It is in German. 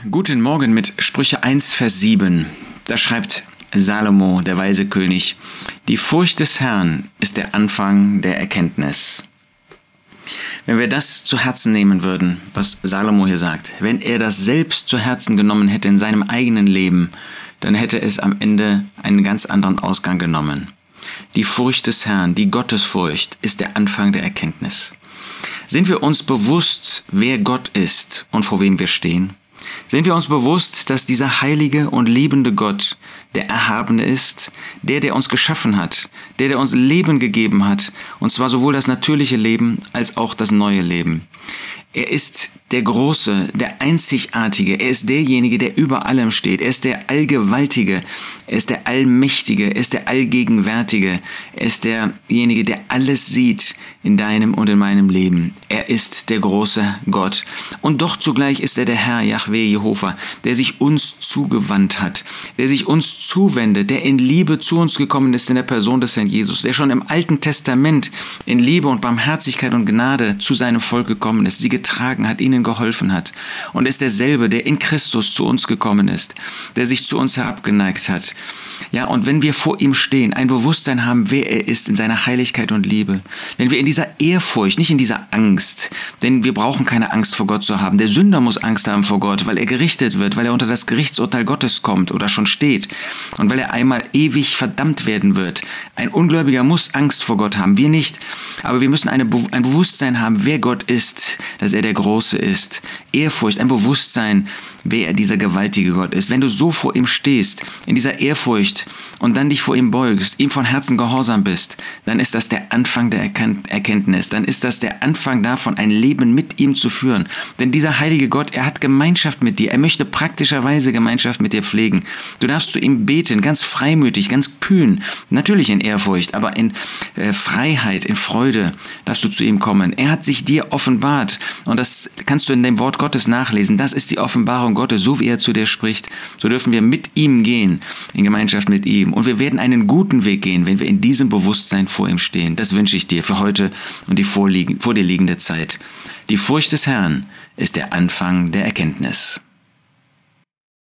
Guten Morgen mit Sprüche 1, Vers 7. Da schreibt Salomo, der weise König: Die Furcht des Herrn ist der Anfang der Erkenntnis. Wenn wir das zu Herzen nehmen würden, was Salomo hier sagt, wenn er das selbst zu Herzen genommen hätte in seinem eigenen Leben, dann hätte es am Ende einen ganz anderen Ausgang genommen. Die Furcht des Herrn, die Gottesfurcht, ist der Anfang der Erkenntnis. Sind wir uns bewusst, wer Gott ist und vor wem wir stehen? Sind wir uns bewusst, dass dieser heilige und liebende Gott der Erhabene ist, der uns geschaffen hat, der uns Leben gegeben hat, und zwar sowohl das natürliche Leben als auch das neue Leben. Er ist der Große, der Einzigartige, er ist derjenige, der über allem steht, er ist der Allgewaltige, er ist der Allmächtige, er ist der Allgegenwärtige, er ist derjenige, der alles sieht in deinem und in meinem Leben. Er ist der große Gott. Und doch zugleich ist er der Herr, Jahwe, Jehova, der sich uns zugewandt hat, der sich uns zuwendet, der in Liebe zu uns gekommen ist in der Person des Herrn Jesus, der schon im Alten Testament in Liebe und Barmherzigkeit und Gnade zu seinem Volk gekommen ist, sie getragen hat, ihnen geholfen hat, und ist derselbe, der in Christus zu uns gekommen ist, der sich zu uns herabgeneigt hat. Ja, und wenn wir vor ihm stehen, ein Bewusstsein haben, wer er ist in seiner Heiligkeit und Liebe, wenn wir in dieser Ehrfurcht, nicht in dieser Angst, denn wir brauchen keine Angst vor Gott zu haben. Der Sünder muss Angst haben vor Gott, weil er gerichtet wird, weil er unter das Gerichtsurteil Gottes kommt oder schon steht und weil er einmal ewig verdammt werden wird. Ein Ungläubiger muss Angst vor Gott haben, wir nicht. Aber wir müssen ein Bewusstsein haben, wer Gott ist, dass er der Große ist. Ehrfurcht, ein Bewusstsein, wer dieser gewaltige Gott ist. Wenn du so vor ihm stehst, in dieser Ehrfurcht, und dann dich vor ihm beugst, ihm von Herzen gehorsam bist, dann ist das der Anfang der Erkenntnis. Dann ist das der Anfang davon, ein Leben mit ihm zu führen. Denn dieser heilige Gott, er hat Gemeinschaft mit dir. Er möchte praktischerweise Gemeinschaft mit dir pflegen. Du darfst zu ihm beten, ganz freimütig, ganz kühn, natürlich in Ehrfurcht, aber in Freiheit, in Freude darfst du zu ihm kommen. Er hat sich dir offenbart, und das kannst du in dem Wort Gottes nachlesen. Das ist die Offenbarung Gottes, so wie er zu dir spricht. So dürfen wir mit ihm gehen, in Gemeinschaft mit ihm. Und wir werden einen guten Weg gehen, wenn wir in diesem Bewusstsein vor ihm stehen. Das wünsche ich dir für heute und die vor dir liegende Zeit. Die Furcht des Herrn ist der Anfang der Erkenntnis.